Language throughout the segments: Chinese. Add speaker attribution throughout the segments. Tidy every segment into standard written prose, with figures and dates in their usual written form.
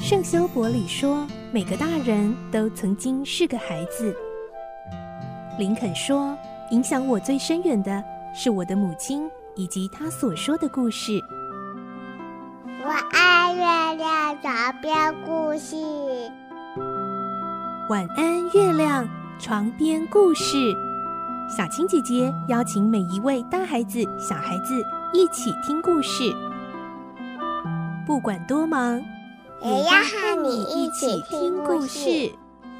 Speaker 1: 圣修伯里说，每个大人都曾经是个孩子。林肯说，影响我最深远的是我的母亲以及她所说的故事。
Speaker 2: 我爱月亮床边故事。
Speaker 1: 晚安，月亮床边故事。小青姐姐邀请每一位大孩子、小孩子一起听故事，不管多忙，
Speaker 2: 也要和你一起听故事。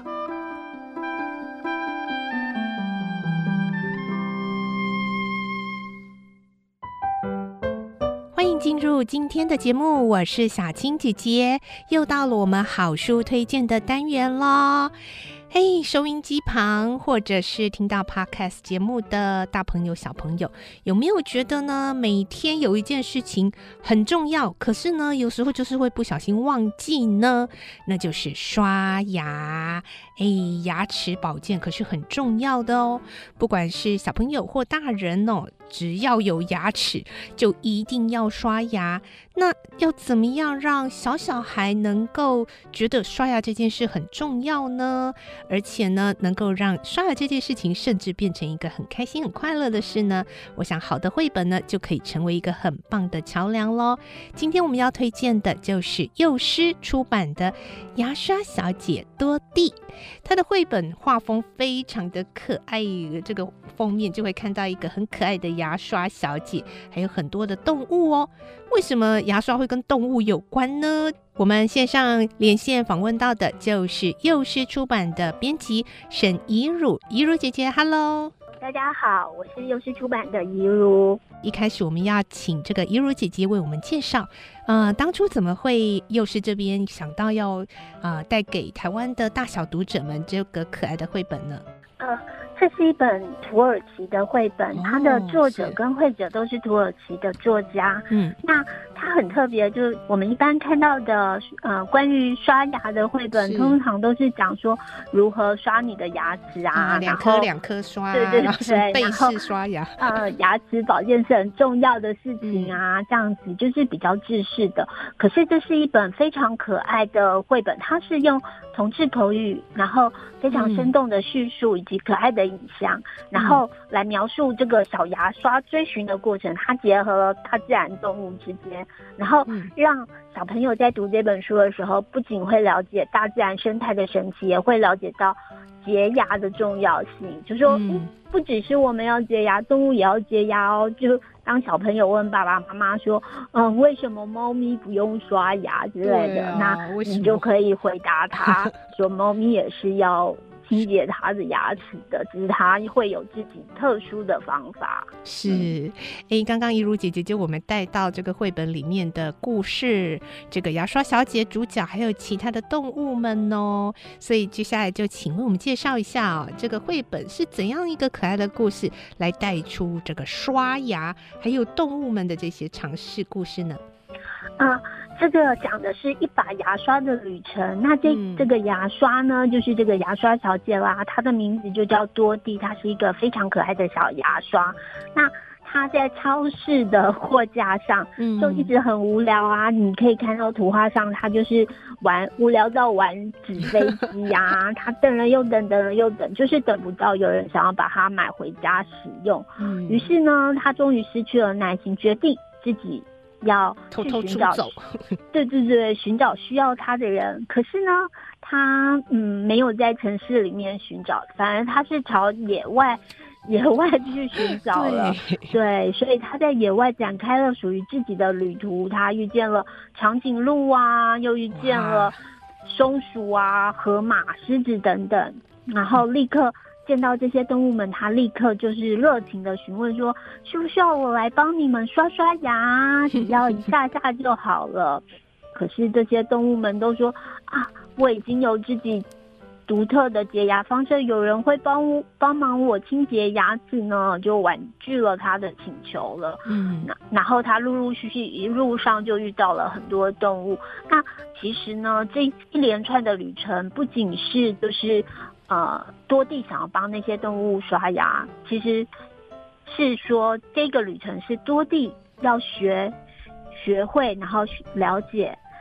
Speaker 1: 欢迎进入今天的节目，我是小青姐姐，又到了我们好书推荐的单元咯。嘿，收音机旁或者是听到 podcast 节目的大朋友小朋友，有没有觉得呢，每天有一件事情很重要，可是呢有时候就是会不小心忘记呢？那就是刷牙。牙齿保健可是很重要的哦，不管是小朋友或大人哦，只要有牙齿就一定要刷牙。那要怎么样让小孩能够觉得刷牙这件事很重要呢？而且呢，能够让刷牙这件事情甚至变成一个很开心很快乐的事呢？我想好的绘本呢就可以成为一个很棒的桥梁咯。今天我们要推荐的就是幼师出版的《牙刷小姐多蒂》，它的绘本画风非常的可爱，这个封面就会看到一个很可爱的牙刷小姐，还有很多的动物哦。为什么牙刷会跟动物有关呢？我们线上连线访问到的就是幼师出版的编辑沈怡如，怡如姐姐 ，Hello。
Speaker 3: 大家好，我是幼师出版的怡如。
Speaker 1: 一开始我们要请这个怡如姐姐为我们介绍，当初怎么会幼师这边想到要带给台湾的大小读者们这个可爱的绘本呢？
Speaker 3: 这是一本土耳其的绘本，它的作者跟绘者都是土耳其的作家。那它很特别，就是我们一般看到的关于刷牙的绘本，通常都是讲说如何刷你的牙齿啊，
Speaker 1: 两颗刷，
Speaker 3: 对，
Speaker 1: 背式刷牙，
Speaker 3: 牙齿保健是很重要的事情啊，这样子就是比较制式的。可是这是一本非常可爱的绘本，它是用同志口语，然后非常生动的叙述以及可爱的影像，然后来描述这个小牙刷追寻的过程。它结合了大自然动物之间，然后让小朋友在读这本书的时候，不仅会了解大自然生态的神奇，也会了解到洁牙的重要性。就说不只是我们要洁牙，动物也要洁牙哦。就当小朋友问爸爸妈妈说为什么猫咪不用刷牙之类的，那你就可以回答他说猫咪也是要清洁它的牙齿的，只是它会有自己特殊的方法。
Speaker 1: 是，刚刚怡如姐姐就我们带到这个绘本里面的故事，这个牙刷小姐主角还有其他的动物们哦，所以接下来就请为我们介绍一下这个绘本是怎样一个可爱的故事来带出这个刷牙还有动物们的这些尝试故事呢？
Speaker 3: 这个讲的是一把牙刷的旅程。那这个牙刷呢，就是这个牙刷小姐啦，她的名字就叫多蒂，她是一个非常可爱的小牙刷。那她在超市的货架上就一直很无聊啊，你可以看到图画上她就是无聊到玩纸飞机啊，她等了又等，等了又等，就是等不到有人想要把它买回家使用。于是呢，她终于失去了耐心，决定自己要
Speaker 1: 偷偷出走，
Speaker 3: 对，寻找需要他的人。可是呢，他没有在城市里面寻找，反而他是朝野外去寻找了。对，所以他在野外展开了属于自己的旅途。他遇见了长颈鹿啊，又遇见了松鼠啊、河马、狮子等等，然后立刻见到这些动物们，他立刻就是热情的询问说，需不需要我来帮你们刷刷牙，只要一下下就好了。可是这些动物们都说我已经有自己独特的洁牙方式，有人会帮忙我清洁牙齿呢，就婉拒了他的请求了。然后他陆陆续续一路上就遇到了很多动物。那其实呢，这一连串的旅程不仅是就是多蒂想要帮那些动物刷牙，其实是说这个旅程是多蒂要学会，然后了解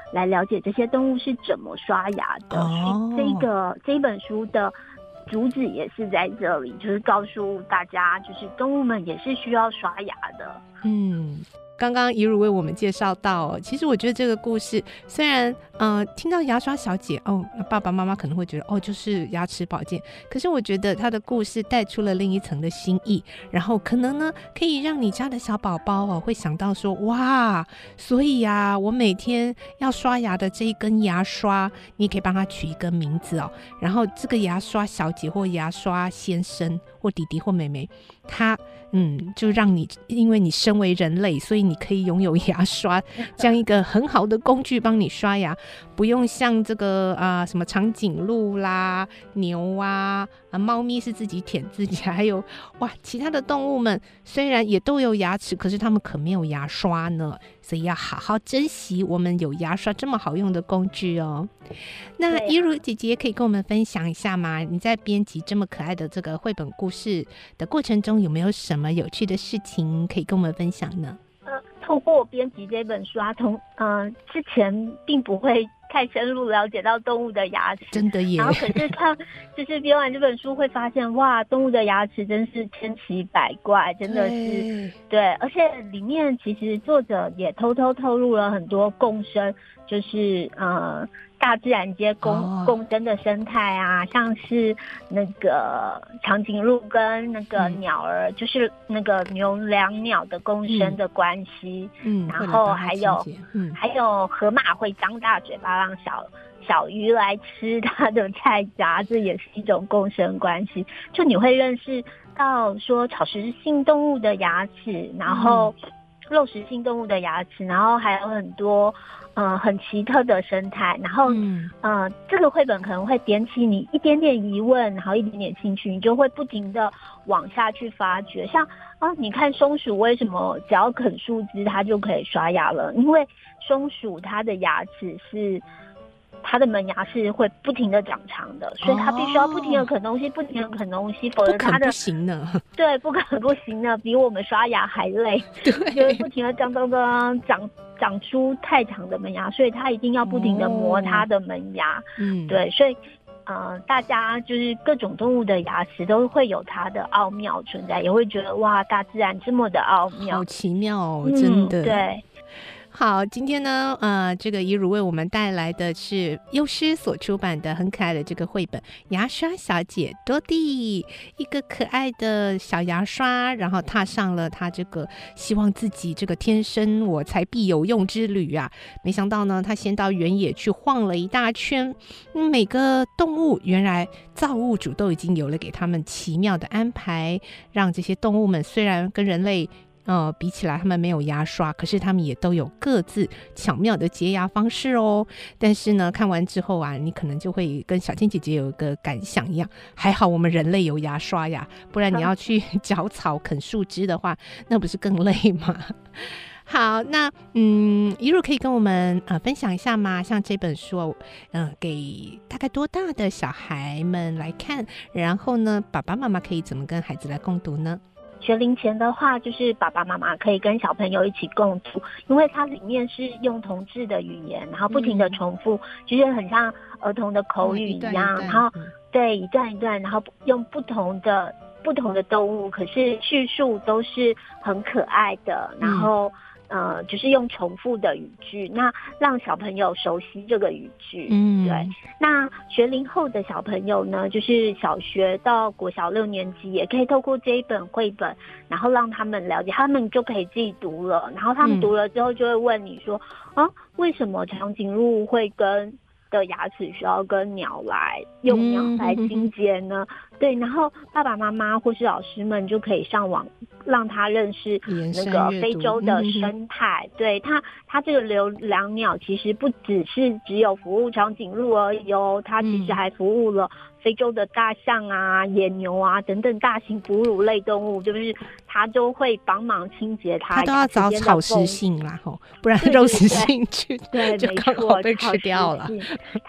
Speaker 3: 来了解这些动物是怎么刷牙的。这一本书的主旨也是在这里，就是告诉大家，就是动物们也是需要刷牙的。
Speaker 1: 刚刚怡如为我们介绍到，其实我觉得这个故事虽然听到牙刷小姐爸爸妈妈可能会觉得就是牙齿保健，可是我觉得他的故事带出了另一层的心意，然后可能呢可以让你家的小宝宝会想到说，哇，所以我每天要刷牙的这一根牙刷，你也可以帮他取一个名字然后这个牙刷小姐或牙刷先生或弟弟或妹妹，他就让你，因为你身为人类，所以你可以拥有牙刷这样一个很好的工具帮你刷牙，不用像这个什么长颈鹿啦、牛猫咪是自己舔自己，还有其他的动物们虽然也都有牙齿，可是他们可没有牙刷呢，所以要好好珍惜我们有牙刷这么好用的工具哦。那怡如姐姐可以跟我们分享一下吗？你在编辑这么可爱的这个绘本故事的过程中，有没有什么有趣的事情可以跟我们分享呢？
Speaker 3: 透过编辑这本书之前并不会太深入了解到动物的牙齿，
Speaker 1: 真的耶。
Speaker 3: 然后可是就是编完这本书会发现，哇，动物的牙齿真是千奇百怪，真的是对，而且里面其实作者也偷偷透露了很多共生，就是大自然间共生的生态像是那个长颈鹿跟那个鸟儿，就是那个牛两鸟的共生的关系，然后还有河马会张大嘴巴让小鱼来吃它的菜渣，这也是一种共生关系。就你会认识到说草食性动物的牙齿，然后肉食性动物的牙齿，然后还有很多很奇特的生态，然后这个绘本可能会点起你一点点疑问，然后一点点兴趣，你就会不停的往下去发掘。像你看松鼠为什么只要啃树枝它就可以刷牙了？因为松鼠它的牙齿是它的门牙是会不停的长长的，所以它必须要不停的啃东西，不停的啃东西，否则它的
Speaker 1: 不行呢。
Speaker 3: 对，不啃不行呢，比我们刷牙还累。对，就会不停的长出太长的门牙，所以它一定要不停的磨它的门牙。对，所以大家就是各种动物的牙齿都会有它的奥妙存在，也会觉得哇，大自然这么的奥妙，
Speaker 1: 好奇妙真的。
Speaker 3: 对。
Speaker 1: 好，今天呢，这个怡如为我们带来的是幼师所出版的很可爱的这个绘本《牙刷小姐多蒂》，一个可爱的小牙刷，然后踏上了他这个希望自己这个天生我材必有用之旅啊！没想到呢，他先到原野去晃了一大圈，每个动物原来造物主都已经有了给他们奇妙的安排，让这些动物们虽然跟人类比起来他们没有牙刷，可是他们也都有各自巧妙的洁牙方式哦。但是呢，看完之后你可能就会跟小青姐姐有一个感想一样，还好我们人类有牙刷呀，不然你要去嚼草啃树枝的话，那不是更累吗？好，那怡如可以跟我们分享一下吗？像这本书给大概多大的小孩们来看，然后呢爸爸妈妈可以怎么跟孩子来共读呢？
Speaker 3: 学龄前的话，就是爸爸妈妈可以跟小朋友一起共读，因为它里面是用童稚的语言，然后不停的重复，就是很像儿童的口语一样，然后对一段一段，然后用不同的动物，可是叙述都是很可爱的，然后就是用重复的语句，那让小朋友熟悉这个语句。对。那学龄后的小朋友呢，就是小学到国小6年级，也可以透过这一本绘本，然后让他们了解，他们就可以自己读了。然后他们读了之后，就会问你说，为什么长颈鹿会的牙齿需要跟鸟来用鸟来清洁呢？对，然后爸爸妈妈或是老师们就可以上网让他认识那个非洲的生态。对，他这个流浪鸟其实不只有服务长颈鹿而已哦，它其实还服务了非洲的大象野牛等等大型哺乳类动物，就是它都会帮忙清洁它都要找
Speaker 1: 草食性啦，不然肉食性去
Speaker 3: 对，
Speaker 1: 就刚好被吃掉了。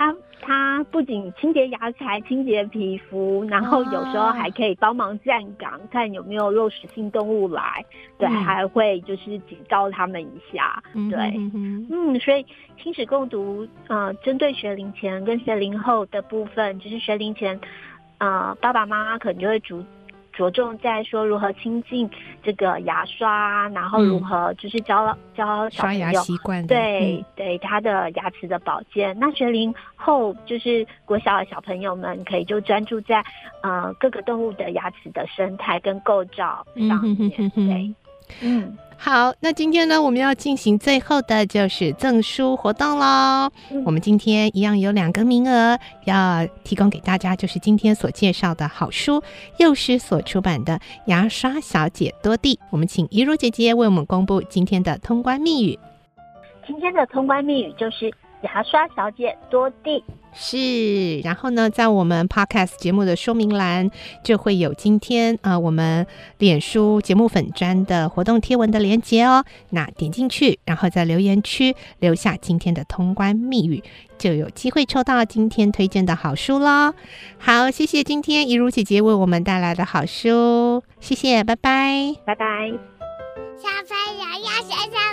Speaker 3: 它不仅清洁牙齿，还清洁皮肤，然后有时候还可以帮忙站岗，看有没有肉食性动物来，对，还会就是警告他们一下，对，所以亲子共读，针对学龄前跟学龄后的部分，就是学龄前，爸爸妈妈可能就会着重在说如何亲近这个牙刷，然后如何就是教小
Speaker 1: 刷牙习惯，
Speaker 3: 对，他的牙齿的保健。那学龄后就是国小的小朋友们可以就专注在各个动物的牙齿的生态跟构造上面，对。
Speaker 1: 好，那今天呢，我们要进行最后的就是赠书活动咯。我们今天一样有2个名额要提供给大家，就是今天所介绍的好书，幼师所出版的《牙刷小姐多蒂》。我们请怡如姐姐为我们公布今天的通关密语。
Speaker 3: 今天的通关密语就是牙刷小姐多蒂。
Speaker 1: 是，然后呢，在我们 Podcast 节目的说明栏就会有今天我们脸书节目粉专的活动贴文的连结哦。那点进去，然后在留言区留下今天的通关密语，就有机会抽到今天推荐的好书咯。好，谢谢今天怡如姐姐为我们带来的好书，谢谢，拜拜，
Speaker 3: 拜拜。
Speaker 2: 小朋友要睡觉。